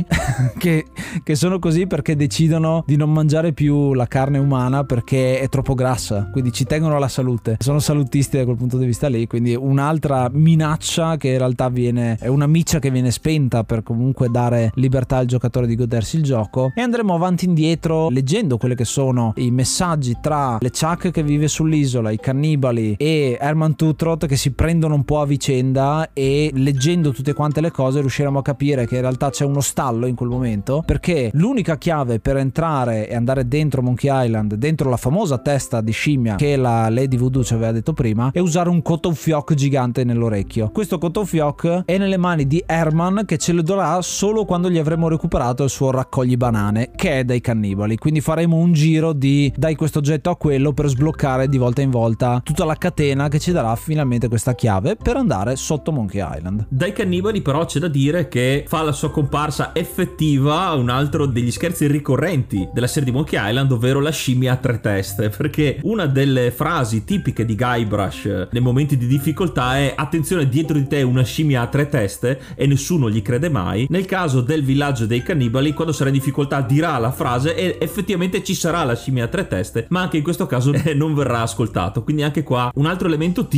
che sono così perché decidono di non mangiare più la carne umana perché è troppo grassa, quindi ci tengono alla salute, sono salutisti da quel punto di vista lì. Quindi un'altra minaccia che in realtà è una miccia che viene spenta per comunque dare libertà al giocatore di godersi il gioco. E andremo avanti e indietro leggendo quelli che sono i messaggi tra LeChuck che vive sull'isola, i cannibali e Herman Toothrot che si prendono un po' a vicenda, e leggendo tutte quante le cose riusciremo a capire che in realtà c'è uno stallo in quel momento, perché l'unica chiave per entrare e andare dentro Monkey Island, dentro la famosa testa di scimmia che la Lady Voodoo ci aveva detto prima, è usare un cotton fioc gigante nell'orecchio. Questo cotton fioc è nelle mani di Herman, che ce lo darà solo quando gli avremo recuperato il suo raccogli banane, che è dai cannibali. Quindi faremo un giro di dai questo oggetto a quello per sbloccare di volta in volta tutta la catena che ci darà finalmente questa chiave per andare sotto Monkey Island. Dai cannibali però c'è da dire che fa la sua comparsa effettiva un altro degli scherzi ricorrenti della serie di Monkey Island, ovvero la scimmia a 3 teste, perché una delle frasi tipiche di Guybrush nei momenti di difficoltà è: attenzione, dietro di te una scimmia a 3 teste, e nessuno gli crede mai. Nel caso del villaggio dei cannibali, quando sarà in difficoltà dirà la frase e effettivamente ci sarà la scimmia a 3 teste, ma anche in questo caso non verrà ascoltato. Quindi anche qua un altro elemento tipico della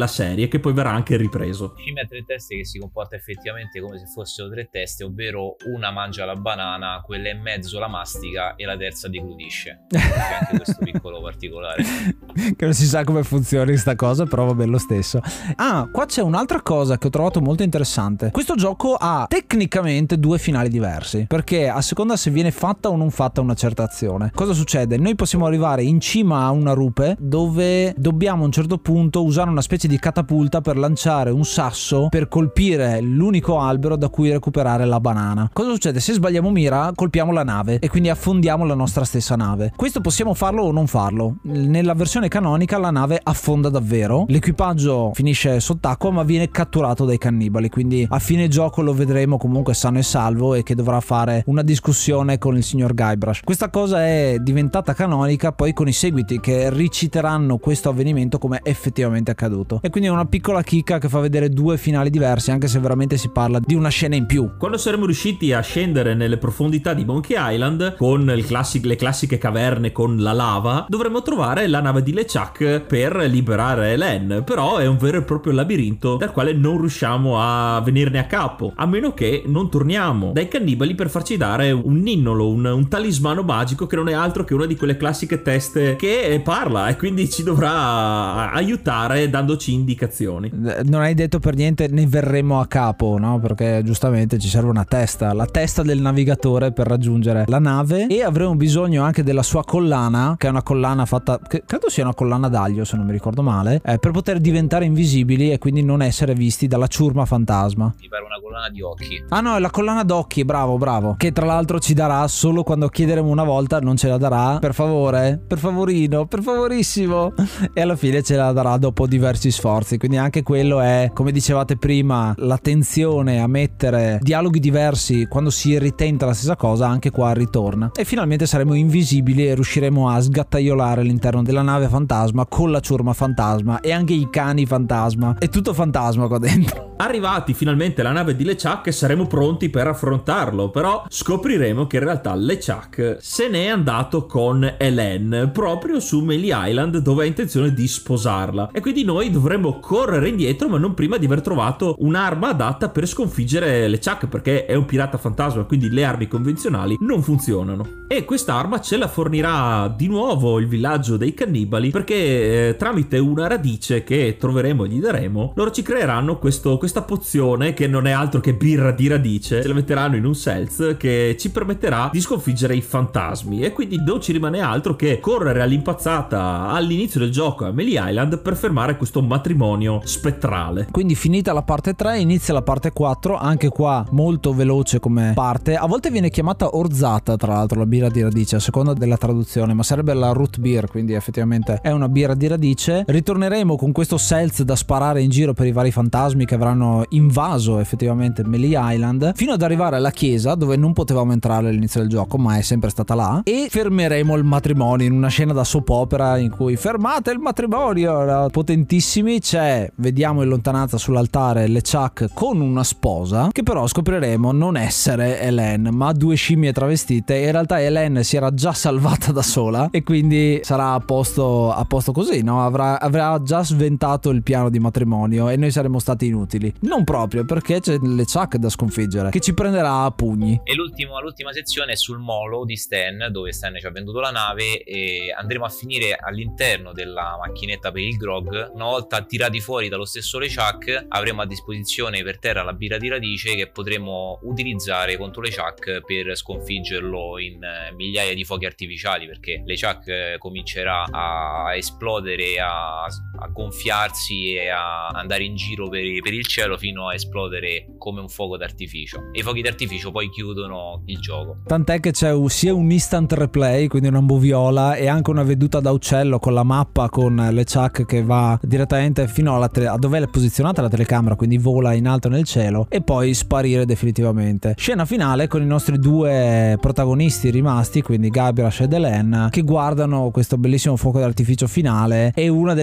della serie, che poi verrà anche ripreso. Scimmia a 3 teste che si comporta effettivamente come se fossero 3 teste, ovvero una mangia la banana, quella in mezzo la mastica e la terza deglutisce. C'è anche questo piccolo particolare. Che non si sa come funzioni sta cosa, però va bene lo stesso. Ah, qua c'è un'altra cosa che ho trovato molto interessante. Questo gioco ha tecnicamente 2 finali diversi, perché a seconda se viene fatta o non fatta una certa azione. Cosa succede? Noi possiamo arrivare in cima a una rupe dove dobbiamo a un certo punto usare una specie di catapulta per lanciare un sasso per colpire l'unico albero da cui recuperare la banana. Cosa succede? Se sbagliamo mira, colpiamo la nave e quindi affondiamo la nostra stessa nave. Questo possiamo farlo o non farlo. Nella versione canonica la nave affonda davvero, l'equipaggio finisce sott'acqua ma viene catturato dai cannibali, quindi a fine gioco lo vedremo comunque sano e salvo e che dovrà fare una discussione con il signor Guybrush. Questa cosa è diventata canonica poi con i seguiti che riciteranno questo avvenimento come effettivamente accaduto, e quindi è una piccola chicca che fa vedere 2 finali diversi, anche se veramente si parla di una scena in più. Quando saremo riusciti a scendere nelle profondità di Monkey Island con le classiche caverne con la lava, dovremo trovare la nave di LeChuck per liberare Hélène, però è un vero e proprio labirinto dal quale non riusciamo a venirne a capo, a meno che non torniamo dai cannibali per farci dare un ninnolo, un talismano magico che non è altro che una di quelle classiche teste che parla e quindi ci dovrà aiutare dandoci indicazioni. Non hai detto per niente ne verremo a capo, no? Perché giustamente ci serve una testa, la testa del navigatore per raggiungere la nave, e avremo bisogno anche della sua collana, che è una collana fatta, che credo sia una collana d'aglio se non mi ricordo male, per poter diventare invisibili e quindi non essere visti dalla ciurma fantasma. Mi pare una collana di occhi. Ah no, è la collana d'occhi, bravo, che tra l'altro ci darà solo quando chiederemo una volta, non ce la darà, per favore, per favorino, per favorissimo, e alla fine ce la darà dopo diversi sforzi, quindi anche quello è, come dicevate prima, l'attenzione a mettere dialoghi diversi quando si ritenta la stessa cosa, anche qua ritorna, e finalmente saremo invisibili e riusciremo a sgattaiolare all'interno della nave fantasma con la ciurma fantasma e anche i cani fantasma, è tutto fantasma qua dentro. Arrivati finalmente alla nave di LeChuck saremo pronti per affrontarlo, però scopriremo che in realtà LeChuck se n'è andato con Hélène proprio su Melee Island, dove ha intenzione di sposarla, e quindi noi dovremmo correre indietro ma non prima di aver trovato un'arma adatta per sconfiggere LeChuck, perché è un pirata fantasma, quindi le armi convenzionali non funzionano, e quest'arma ce la fornirà di nuovo il villaggio dei cannibali, perché tramite una radice che troveremo e gli daremo, loro ci creeranno questa pozione che non è altro che birra di radice, ce la metteranno in un seltz che ci permetterà di sconfiggere i fantasmi, e quindi non ci rimane altro che correre all'impazzata all'inizio del gioco a Melee Island per fermare questo matrimonio spettrale. Quindi finita la parte 3 inizia la parte 4, anche qua molto veloce come parte, a volte viene chiamata orzata tra l'altro la birra di radice a seconda della traduzione, ma sarebbe la root beer, quindi effettivamente è una birra di radice. Ritorneremo con questo seltz da sparare in giro per i vari fantasmi che avranno invaso effettivamente Melee Island, fino ad arrivare alla chiesa dove non potevamo entrare all'inizio del gioco ma è sempre stata là, e fermeremo il matrimonio in una scena da soap opera in cui fermate il matrimonio, potentissimi. Vediamo in lontananza sull'altare LeChuck con una sposa che però scopriremo non essere Hélène ma 2 scimmie travestite, e in realtà Hélène si era già salvata da sola e quindi sarà a posto così, no? Avrà già sventato il piano di matrimonio e noi saremo stati inutili. Non proprio, perché c'è LeChuck da sconfiggere che ci prenderà a pugni. E l'ultima sezione è sul molo di Stan, dove Stan ci ha venduto la nave, e andremo a finire all'interno della macchinetta per il grog. Una volta tirati fuori dallo stesso LeChuck avremo a disposizione per terra la birra di radice che potremo utilizzare contro LeChuck per sconfiggerlo in migliaia di fuochi artificiali, perché LeChuck comincerà a esplodere, a gonfiarsi e a andare in giro per il cielo fino a esplodere come un fuoco d'artificio, e i fuochi d'artificio poi chiudono il gioco. Tant'è che c'è sia un instant replay, quindi una moviola, e anche una veduta da uccello con la mappa con LeChuck che va direttamente fino a dove è posizionata la telecamera, quindi vola in alto nel cielo e poi sparire definitivamente. Scena finale con i nostri 2 protagonisti rimasti, quindi Guybrush ed Hélène, che guardano questo bellissimo fuoco d'artificio finale, e una delle frasi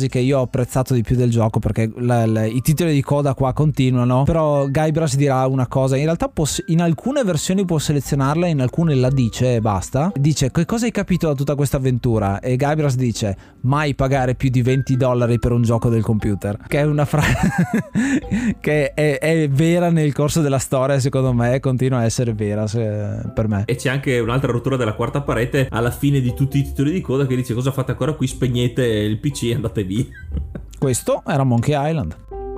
che io ho apprezzato di più del gioco, perché i titoli di coda qua continuano, però Guybrush dirà una cosa, in realtà in alcune versioni può selezionarla, in alcune la dice e basta. Dice: che cosa hai capito da tutta questa avventura? E Guybrush dice: mai pagare più di $20 per un gioco del computer, che è una frase che è vera nel corso della storia, secondo me continua a essere vera per me. E c'è anche un'altra rottura della quarta parete alla fine di tutti i titoli di coda che dice: cosa fate ancora qui, spegnete il PC e andate via. Questo era Monkey Island.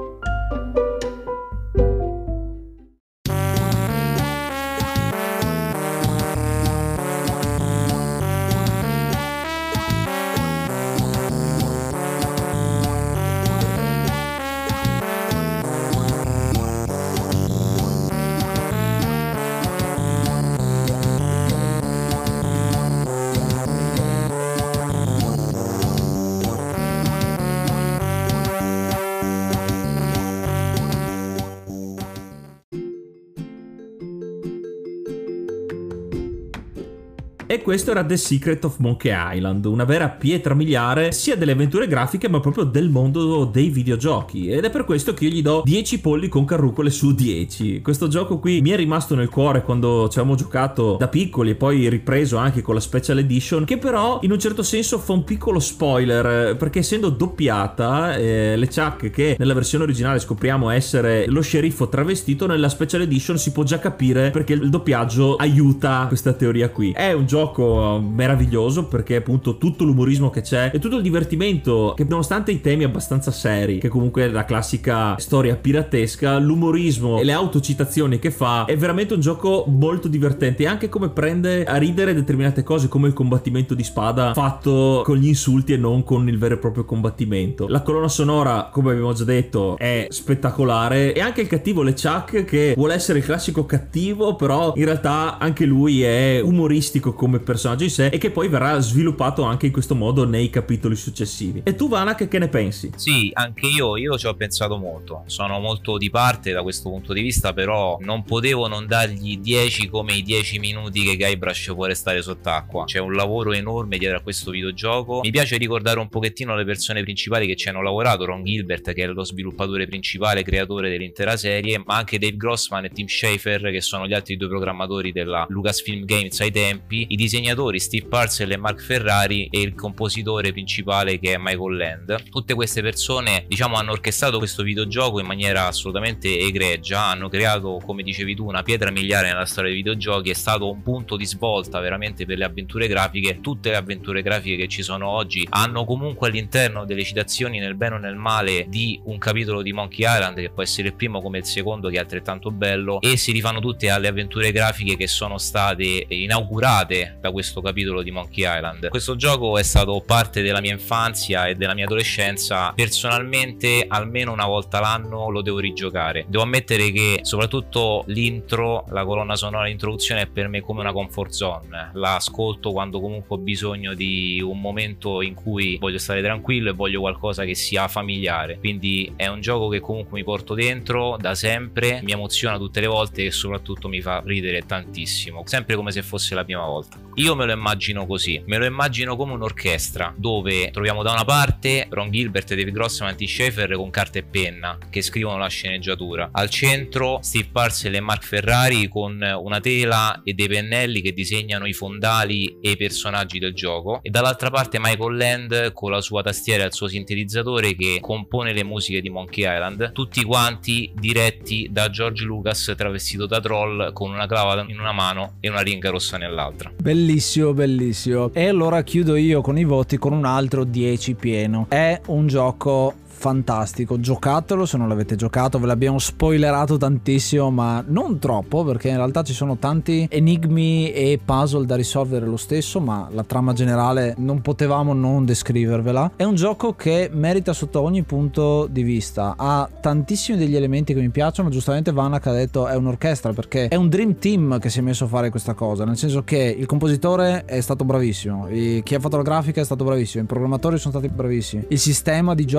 E questo era The Secret of Monkey Island, una vera pietra miliare sia delle avventure grafiche ma proprio del mondo dei videogiochi, ed è per questo che io gli do 10 polli con carrucole su 10. Questo gioco qui mi è rimasto nel cuore quando ci avevamo giocato da piccoli e poi ripreso anche con la Special Edition, che però in un certo senso fa un piccolo spoiler, perché essendo doppiata LeChuck, che nella versione originale scopriamo essere lo sceriffo travestito, nella Special Edition si può già capire perché il doppiaggio aiuta questa teoria qui. È un gioco meraviglioso perché appunto tutto l'umorismo che c'è e tutto il divertimento, che nonostante i temi abbastanza seri, che comunque è la classica storia piratesca, l'umorismo e le autocitazioni che fa, è veramente un gioco molto divertente, e anche come prende a ridere determinate cose, come il combattimento di spada fatto con gli insulti e non con il vero e proprio combattimento. La colonna sonora, come abbiamo già detto, è spettacolare, e anche il cattivo LeChuck, che vuole essere il classico cattivo, però in realtà anche lui è umoristico come personaggio in sé, e che poi verrà sviluppato anche in questo modo nei capitoli successivi. E tu, Vanak, che ne pensi? Sì, anche io ci ho pensato molto, sono molto di parte da questo punto di vista, però non potevo non dargli 10 come i 10 minuti che Guybrush può restare sott'acqua. C'è un lavoro enorme dietro a questo videogioco. Mi piace ricordare un pochettino le persone principali che ci hanno lavorato: Ron Gilbert, che è lo sviluppatore principale, creatore dell'intera serie, ma anche Dave Grossman e Tim Schafer, che sono gli altri due programmatori della Lucasfilm Games ai tempi, i disegnatori Steve Parcell e Mark Ferrari, e il compositore principale che è Michael Land. Tutte queste persone, diciamo, hanno orchestrato questo videogioco in maniera assolutamente egregia, hanno creato, come dicevi tu, una pietra miliare nella storia dei videogiochi. È stato un punto di svolta veramente per le avventure grafiche. Tutte le avventure grafiche che ci sono oggi hanno comunque all'interno delle citazioni, nel bene o nel male, di un capitolo di Monkey Island, che può essere il primo come il secondo, che è altrettanto bello, e si rifanno tutte alle avventure grafiche che sono state inaugurate da questo capitolo di Monkey Island. Questo gioco è stato parte della mia infanzia e della mia adolescenza. Personalmente almeno una volta l'anno lo devo rigiocare. Devo ammettere che soprattutto l'intro, la colonna sonora, l'introduzione, è per me come una comfort zone. La ascolto quando comunque ho bisogno di un momento in cui voglio stare tranquillo e voglio qualcosa che sia familiare. Quindi è un gioco che comunque mi porto dentro da sempre, mi emoziona tutte le volte e soprattutto mi fa ridere tantissimo, sempre come se fosse la prima volta. Io me lo immagino così, me lo immagino come un'orchestra dove troviamo da una parte Ron Gilbert, David Grossman e Tim Schafer con carta e penna che scrivono la sceneggiatura, al centro Steve Parcell e Mark Ferrari con una tela e dei pennelli che disegnano i fondali e i personaggi del gioco, e dall'altra parte Michael Land con la sua tastiera e il suo sintetizzatore che compone le musiche di Monkey Island, tutti quanti diretti da George Lucas travestito da troll con una clava in una mano e una ringa rossa nell'altra. Bellissimo, bellissimo. E allora chiudo io con i voti con un altro 10 pieno. È un gioco fantastico, giocatelo se non l'avete giocato, ve l'abbiamo spoilerato tantissimo, ma non troppo, perché in realtà ci sono tanti enigmi e puzzle da risolvere lo stesso, ma la trama generale non potevamo non descrivervela. È un gioco che merita sotto ogni punto di vista, ha tantissimi degli elementi che mi piacciono. Giustamente Vanak ha detto è un'orchestra, perché è un dream team che si è messo a fare questa cosa, nel senso che il compositore è stato bravissimo, chi ha fatto la grafica è stato bravissimo, i programmatori sono stati bravissimi, il sistema di gioco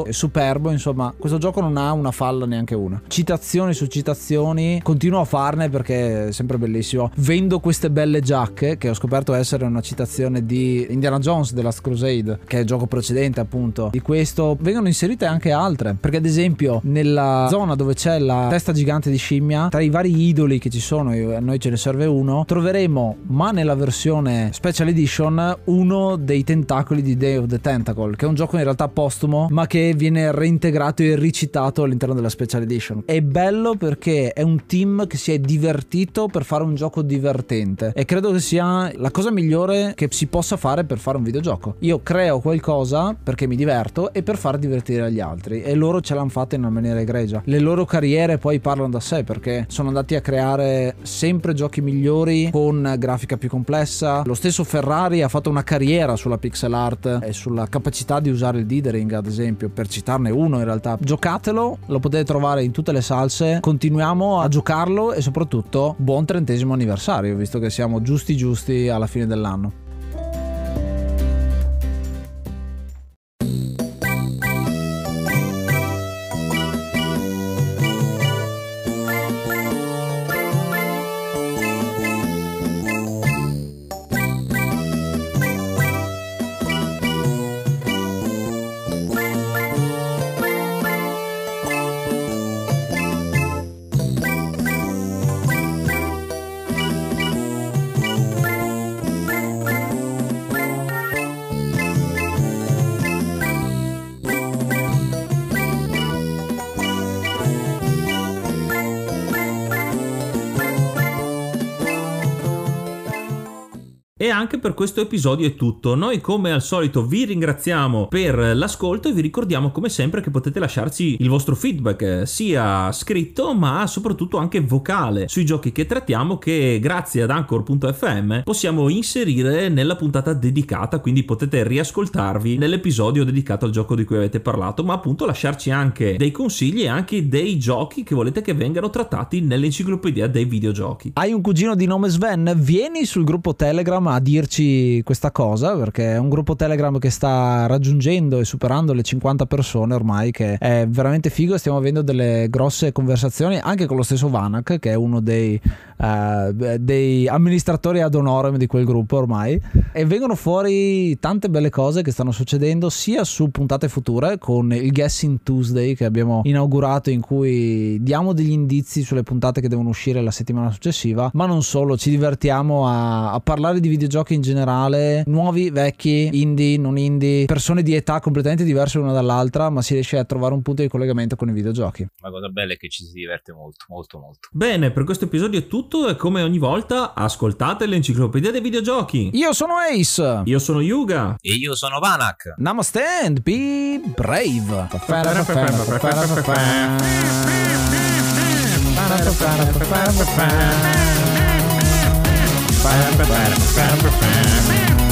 è superbo. Insomma, questo gioco non ha una falla neanche una. Citazioni su citazioni, continuo a farne perché è sempre bellissimo. Vendo queste belle giacche, che ho scoperto essere una citazione di Indiana Jones The Last Crusade, che è il gioco precedente appunto di questo. Vengono inserite anche altre, perché ad esempio nella zona dove c'è la testa gigante di scimmia, tra i vari idoli che ci sono, a noi ce ne serve uno, troveremo, ma nella versione Special Edition, uno dei tentacoli di Day of the Tentacle, che è un gioco in realtà postumo ma che viene reintegrato e ricitato all'interno della Special Edition. È bello perché è un team che si è divertito per fare un gioco divertente, e credo che sia la cosa migliore che si possa fare per fare un videogioco. Io creo qualcosa perché mi diverto e per far divertire gli altri, e loro ce l'hanno fatta in una maniera egregia. Le loro carriere poi parlano da sé, perché sono andati a creare sempre giochi migliori con grafica più complessa. Lo stesso Ferrari ha fatto una carriera sulla pixel art e sulla capacità di usare il dithering, ad esempio, per citarne uno. In realtà giocatelo, lo potete trovare in tutte le salse, continuiamo a giocarlo, e soprattutto buon 30° anniversario, visto che siamo giusti alla fine dell'anno. E anche per questo episodio è tutto. Noi come al solito vi ringraziamo per l'ascolto e vi ricordiamo come sempre che potete lasciarci il vostro feedback, sia scritto ma soprattutto anche vocale, sui giochi che trattiamo, che grazie ad Anchor.fm possiamo inserire nella puntata dedicata, quindi potete riascoltarvi nell'episodio dedicato al gioco di cui avete parlato, ma appunto lasciarci anche dei consigli e anche dei giochi che volete che vengano trattati nell'enciclopedia dei videogiochi. Hai un cugino di nome Sven? Vieni sul gruppo Telegram a dirci questa cosa, perché è un gruppo Telegram che sta raggiungendo e superando le 50 persone ormai, che è veramente figo. Stiamo avendo delle grosse conversazioni anche con lo stesso Vanak, che è uno dei amministratori ad honorem di quel gruppo ormai, e vengono fuori tante belle cose che stanno succedendo sia su puntate future, con il Guessing Tuesday che abbiamo inaugurato, in cui diamo degli indizi sulle puntate che devono uscire la settimana successiva, ma non solo, ci divertiamo a parlare di videogiochi in generale, nuovi, vecchi, indie, non indie, persone di età completamente diverse l'una dall'altra, ma si riesce a trovare un punto di collegamento con i videogiochi. La cosa bella è che ci si diverte molto. Bene, per questo episodio è tutto, e come ogni volta ascoltate l'enciclopedia dei videogiochi. Io sono Ace, io sono Yuga e io sono Vanak. Namaste and be brave. Bye.